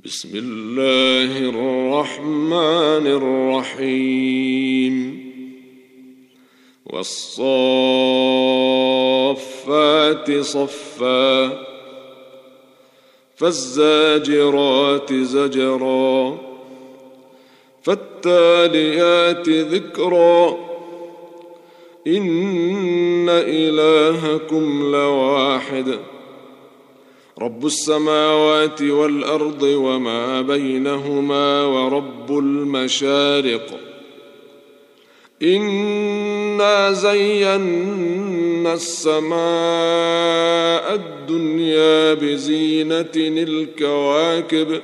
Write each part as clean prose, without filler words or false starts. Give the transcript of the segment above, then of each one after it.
بسم الله الرحمن الرحيم والصافات صفا فالزاجرات زجرا فالتاليات ذكرا إن إلهكم لواحد رب السماوات والأرض وما بينهما ورب المشارق إنا زينا السماء الدنيا بزينة الكواكب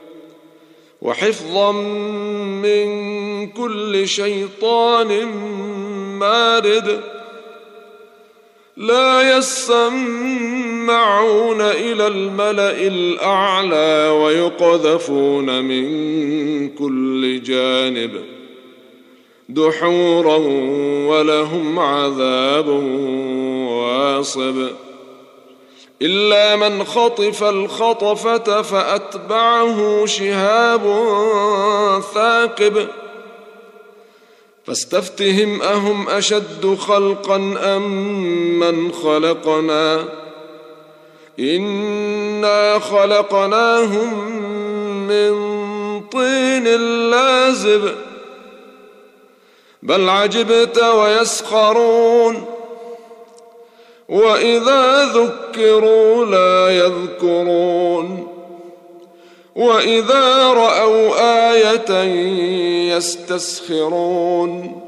وحفظا من كل شيطان مارد لا يسمعون إلى الملأ الأعلى ويقذفون من كل جانب دحورا ولهم عذاب واصب إلا من خطف الخطفة فأتبعه شهاب ثاقب فاستفتهم أهم أشد خلقا أم من خلقنا إنا خلقناهم من طين لازب بل عجبت ويسخرون وإذا ذكروا لا يذكرون وإذا رأوا آية يستسخرون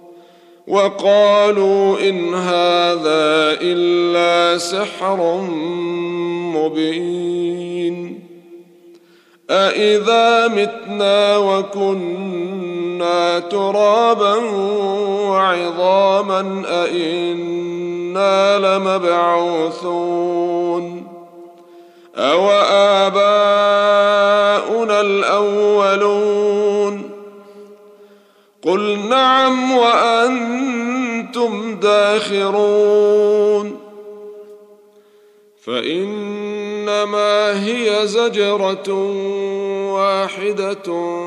وقالوا إن هذا إلا سحر مبين أإذا متنا وكنا ترابا وعظاما أإنا لمبعوثون أو آباؤنا الأولون قل نعم وأنتم داخرون فإنما هي زجرة واحدة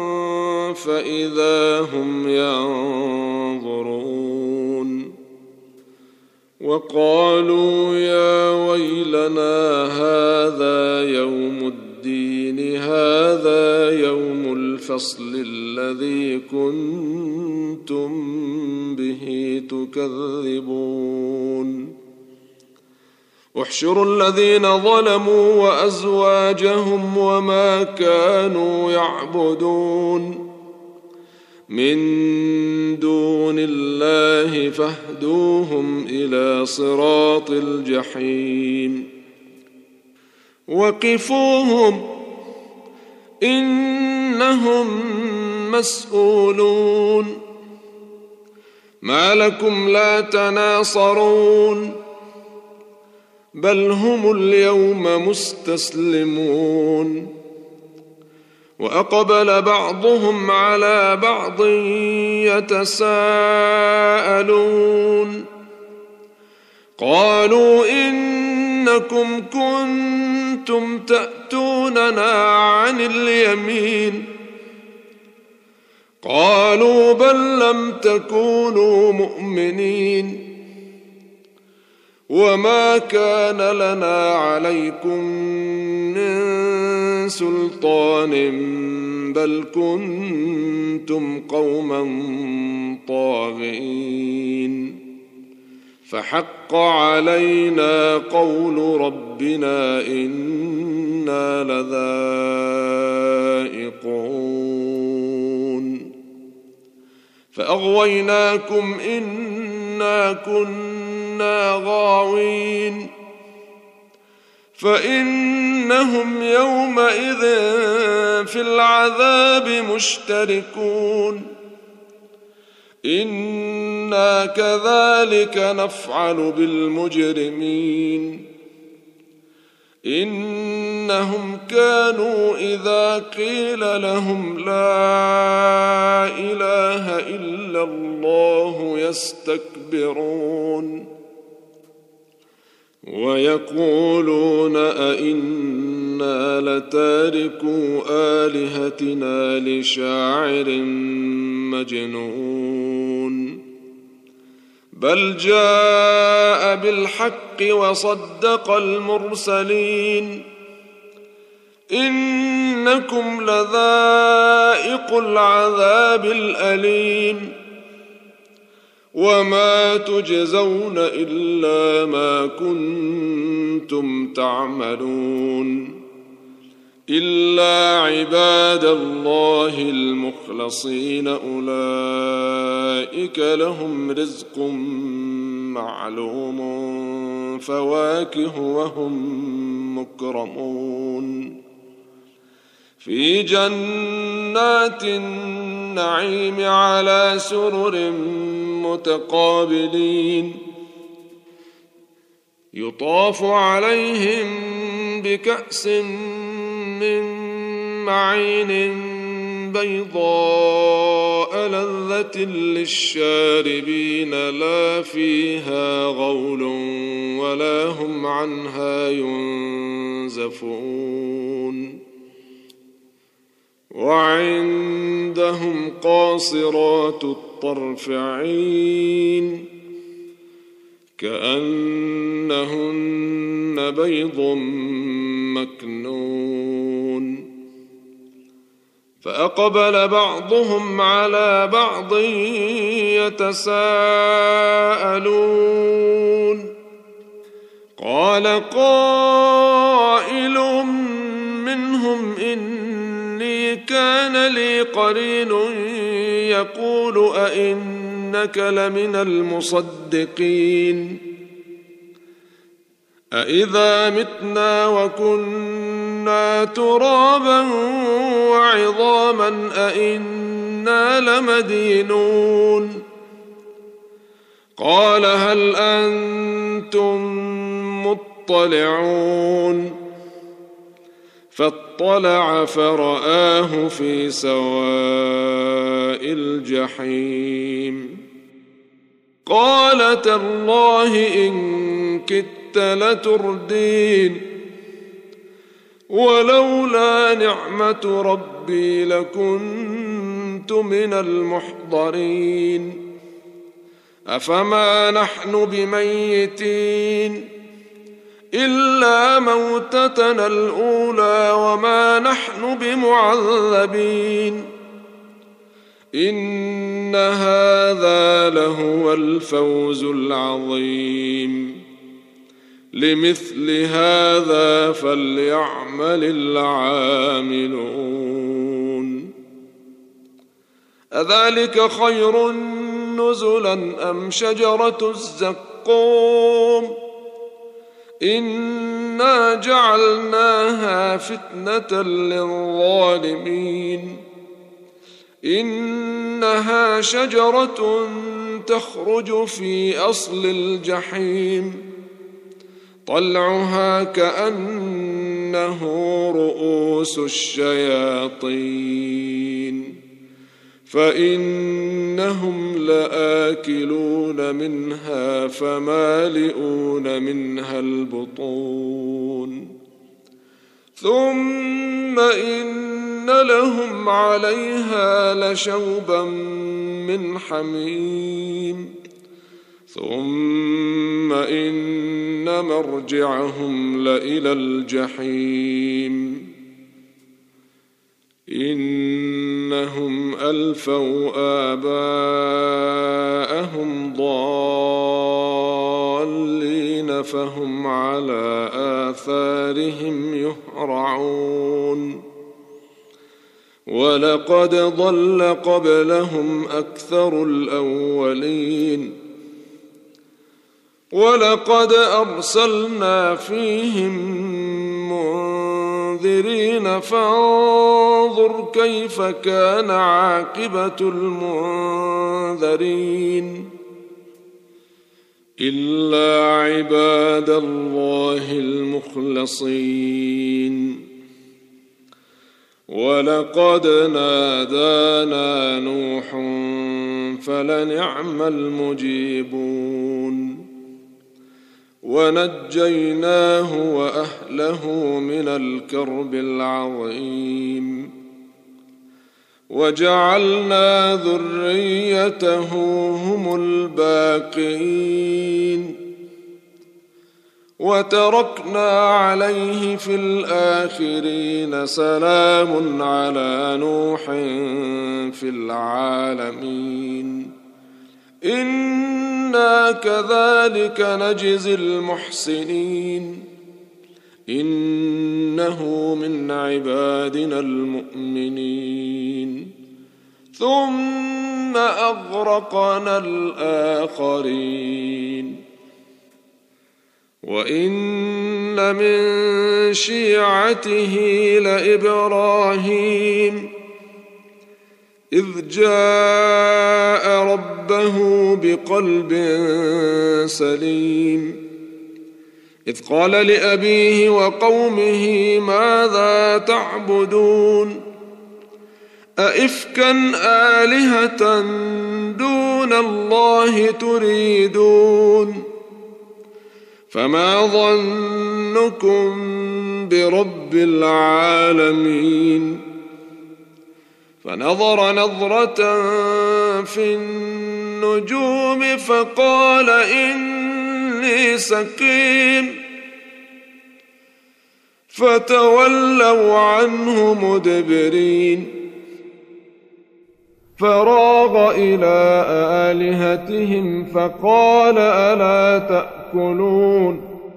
فإذا هم ينظرون وقالوا يا ويلنا هذا يوم الدين هذا يوم الفصل الذي كنتم به تكذبون احشروا الذين ظلموا وأزواجهم وما كانوا يعبدون من دون الله فاهدوهم إلى صراط الجحيم وقفوهم إنهم مسؤولون ما لكم لا تناصرون بل هم اليوم مستسلمون وأقبل بعضهم على بعض يتساءلون قالوا إنكم كنتم تأتوننا عن اليمين قالوا بل لم تكونوا مؤمنين وما كان لنا عليكم من سلطان بل كنتم قوما طاغين فحق علينا قول ربنا إنا لذائقون فأغويناكم إنا كنا غاوين فإنهم يومئذ في العذاب مشتركون إنا كذلك نفعل بالمجرمين إنهم كانوا إذا قيل لهم لا إله إلا الله يستكبرون ويقولون أئنا لتاركو آلهتنا لشاعر مجنون بل جاء بالحق وصدق المرسلين إنكم لذائقو العذاب الأليم وما تجزون إلا ما كنتم تعملون إلا عباد الله المخلصين أولئك لهم رزق معلوم فواكه وهم مكرمون في جنات النعيم على سرر متقابلين يطاف عليهم بكأس من معين بيضاء لذة للشاربين لا فيها غول ولا هم عنها ينزفون وعندهم قاصرات الطرف عين كأنهن بيض مكنون فأقبل بعضهم على بعض يتساءلون قال قائل منهم إني كان لي قرين يقول أئنك لمن المصدقين أإذا متنا وكنا ترابا وعظاما أئنا لمدينون قال هل أنتم مطلعون فاطلع فرآه في سواء الجحيم قال تالله إن كدت لتردين ولولا نعمة ربي لكنت من المحضرين أفما نحن بميتين إلا موتتنا الأولى وما نحن بمعذبين إن هذا لهو الفوز العظيم لمثل هذا فليعمل العاملون أذلك خير نزلا أم شجرة الزقوم إنا جعلناها فتنة للظالمين إنها شجرة تخرج في أصل الجحيم طلعها كأنه رؤوس الشياطين فإنهم لآكلون منها فمالئون منها البطون ثم إن لهم عليها لشوبا من حميم ثم إن مرجعهم لإلى الجحيم إنهم ألفوا آباءهم ضالين فهم على آثارهم يهرعون ولقد ضل قبلهم أكثر الأولين ولقد أرسلنا فيهم منذرين فانظر كيف كان عاقبة المنذرين إلا عباد الله المخلصين ولقد نادانا نوح فلنعم المجيبون ونجيناه وأهله من الكرب العظيم وجعلنا ذريته هم الباقين وتركنا عليه في الآخرين سلام على نوح في العالمين إنا كذلك نجزي المحسنين إنه من عبادنا المؤمنين ثم أغرقنا الآخرين وإن من شيعته لإبراهيم إذ جاء ربه بقلب سليم إذ قال لأبيه وقومه ماذا تعبدون أئفكا آلهة دون الله تريدون فما ظنكم برب العالمين فنظر نظرة في النجوم فقال إني سقيم فتولوا عنه مدبرين فراغ إلى آلهتهم فقال ألا تأكلون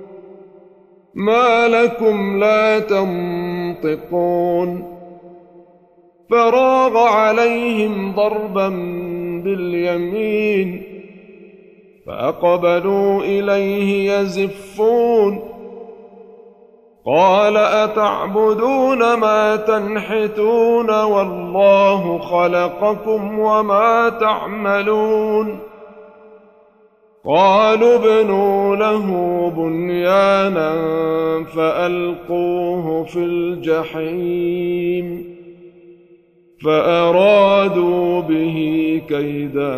ما لكم لا تنطقون فراغ عليهم ضربا باليمين فأقبلوا إليه يزفون قال أتعبدون ما تنحتون والله خلقكم وما تعملون قالوا ابنوا له بنيانا فألقوه في الجحيم فأرادوا به كيدا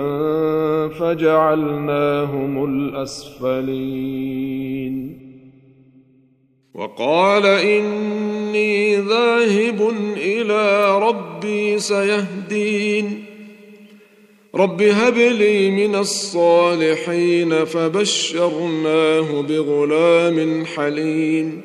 فجعلناهم الأسفلين وقال إني ذاهب إلى ربي سيهدين رب هب لي من الصالحين فبشرناه بغلام حليم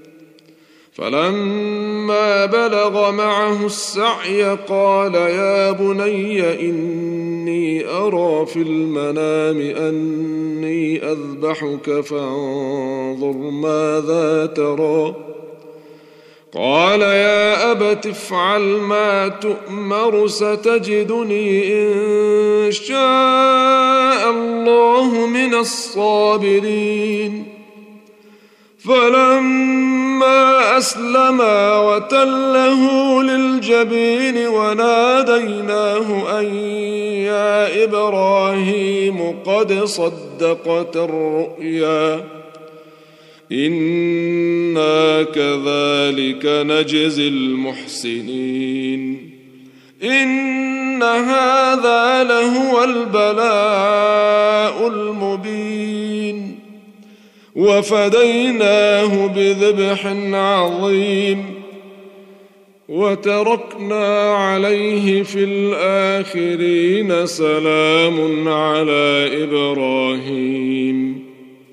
فلما بلغ معه السعي قال يا بني إني أرى في المنام أني أذبحك فانظر ماذا ترى قال يا أبت افعل ما تؤمر ستجدني إن شاء الله من الصابرين فلما أسلما وتله للجبين وناديناه أن يا إبراهيم قد صدقت الرؤيا إنا كذلك نجزي المحسنين إن هذا لهو البلاء المبين وفديناه بذبح عظيم وتركنا عليه في الآخرين سلام على إبراهيم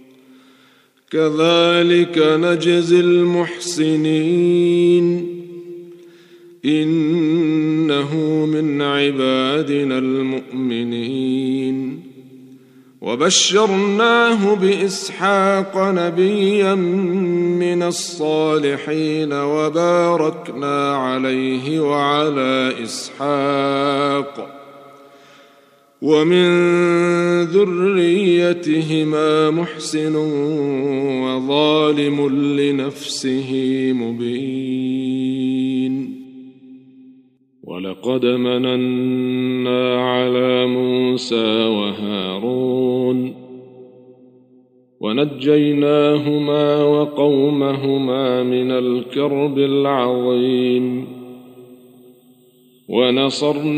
كذلك نجزي المحسنين إنه من عبادنا المؤمنين وبشرناه بإسحاق نبيا من الصالحين وباركنا عليه وعلى إسحاق ومن ذريتهما محسن وظالم لنفسه مبين ولقد مننا على موسى وهارون ونجيناهما وقومهما من الكرب العظيم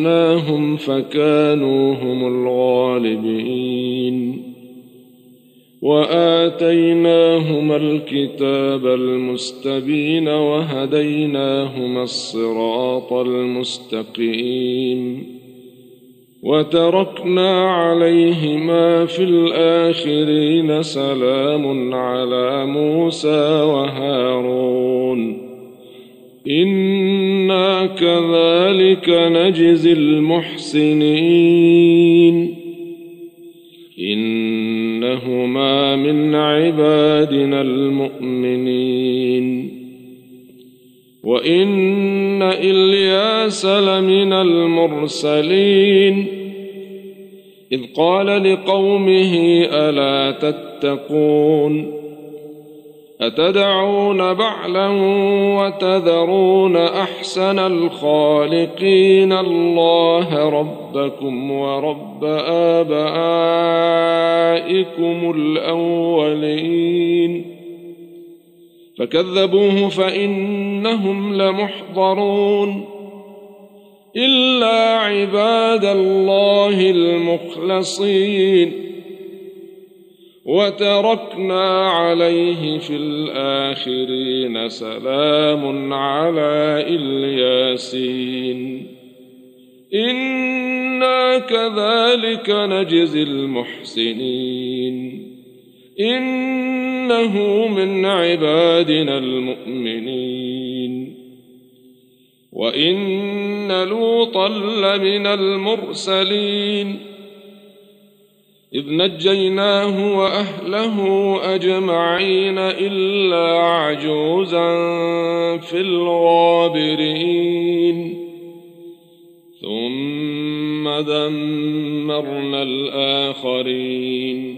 ونصرناهم فكانوا هم الغالبين وآتيناهما الكتاب المستبين وهديناهما الصراط المستقيم وتركنا عليهما في الآخرين سلام على موسى وهارون إنا كذلك نجزي المحسنين إنهما من عبادنا المؤمنين وإن إلياس لمن المرسلين إذ قال لقومه ألا تتقون أتدعون بعلا وتذرون أحسن الخالقين الله ربكم ورب آبائكم الأولين فكذبوه فإنهم لمحضرون إلا عباد الله المخلصين وتركنا عليه في الآخرين سلام على الياسين إنا كذلك نجزي المحسنين إنه من عبادنا المؤمنين وإن لوطا لمن المرسلين إذ نجيناه وأهله أجمعين إلا عجوزا في الغابرين ثم دمرنا الآخرين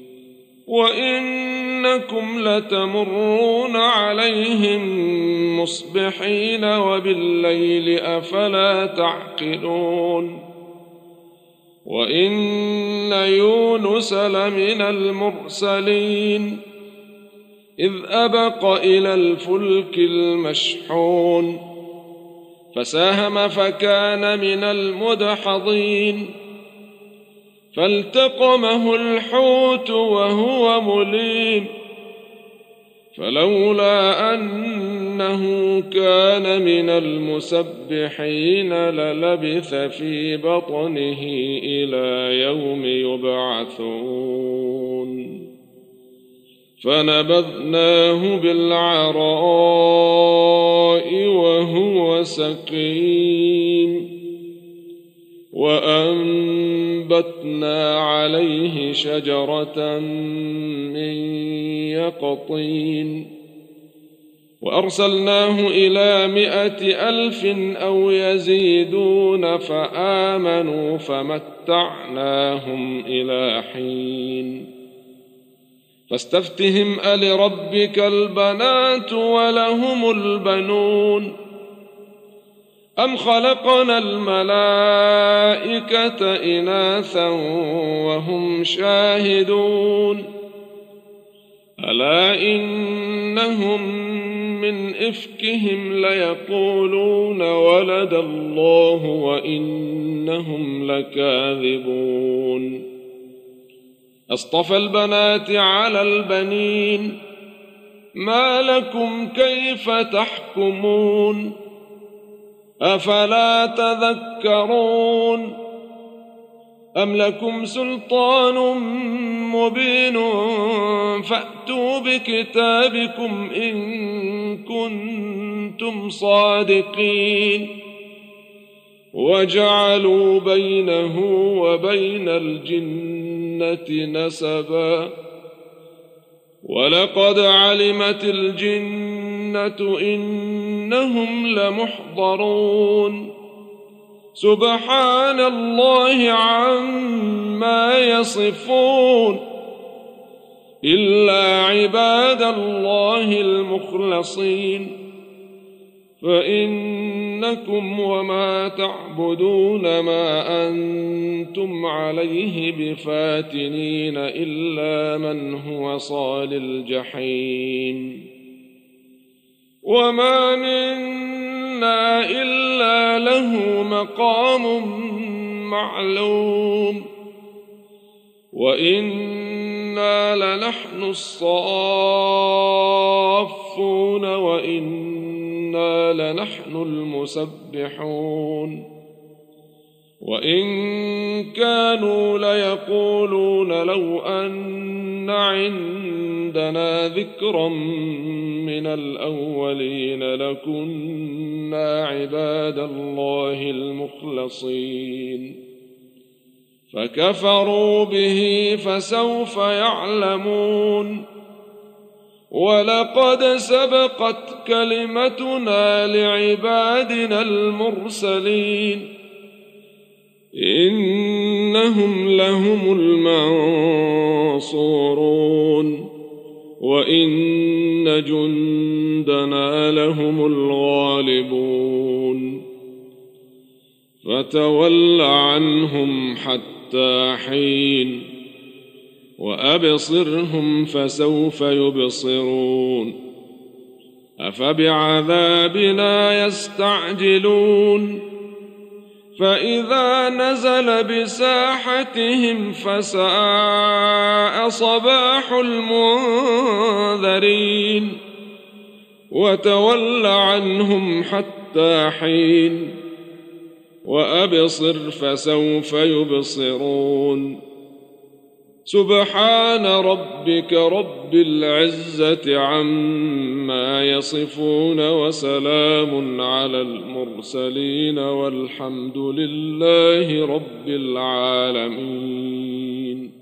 وإنكم لتمرون عليهم مصبحين وبالليل أفلا تعقلون وإن يونس لمن المرسلين إذ أبق إلى الفلك المشحون فساهم فكان من المدحضين فالتقمه الحوت وهو مليم فلولا أنه كان من المسبحين للبث في بطنه إلى يوم يبعثون فنبذناه بالعراء وهو سقيم وأنبتنا عليه شجرة من يقطين وأرسلناه إلى 100,000 أو يزيدون فآمنوا فمتعناهم إلى حين فاستفتهم ألربك البنات ولهم البنون أم خلقنا الملائكة إناثا وهم شاهدون ألا إنهم من إفكهم ليقولون ولد الله وإنهم لكاذبون أصطفى البنات على البنين ما لكم كيف تحكمون أفلا تذكرون أم لكم سلطان مبين فأتوا بكتابكم إن كنتم صادقين وجعلوا بينه وبين الجنة نسبا ولقد علمت الجنة إنهم لمحضرون سبحان الله عما يصفون إلا عباد الله المخلصين فإنكم وما تعبدون ما أنتم عليه بفاتنين إلا من هو صال الجحيم وما منا إلا له مقام معلوم وإنا لنحن الصافون وإنا لنحن المسبحون وإن كانوا ليقولون لو أن عندنا ذكرا من الأولين لكنا عباد الله المخلصين فكفروا به فسوف يعلمون ولقد سبقت كلمتنا لعبادنا المرسلين إنهم لهم المنصورون وإن جندنا لهم الغالبون فتول عنهم حتى حين وأبصرهم فسوف يبصرون أفبعذابنا يستعجلون فإذا نزل بساحتهم فساء صباح المنذرين وتول عنهم حتى حين وأبصر فسوف يبصرون سبحان ربك رب العزة عما يصفون وسلام على المرسلين والحمد لله رب العالمين.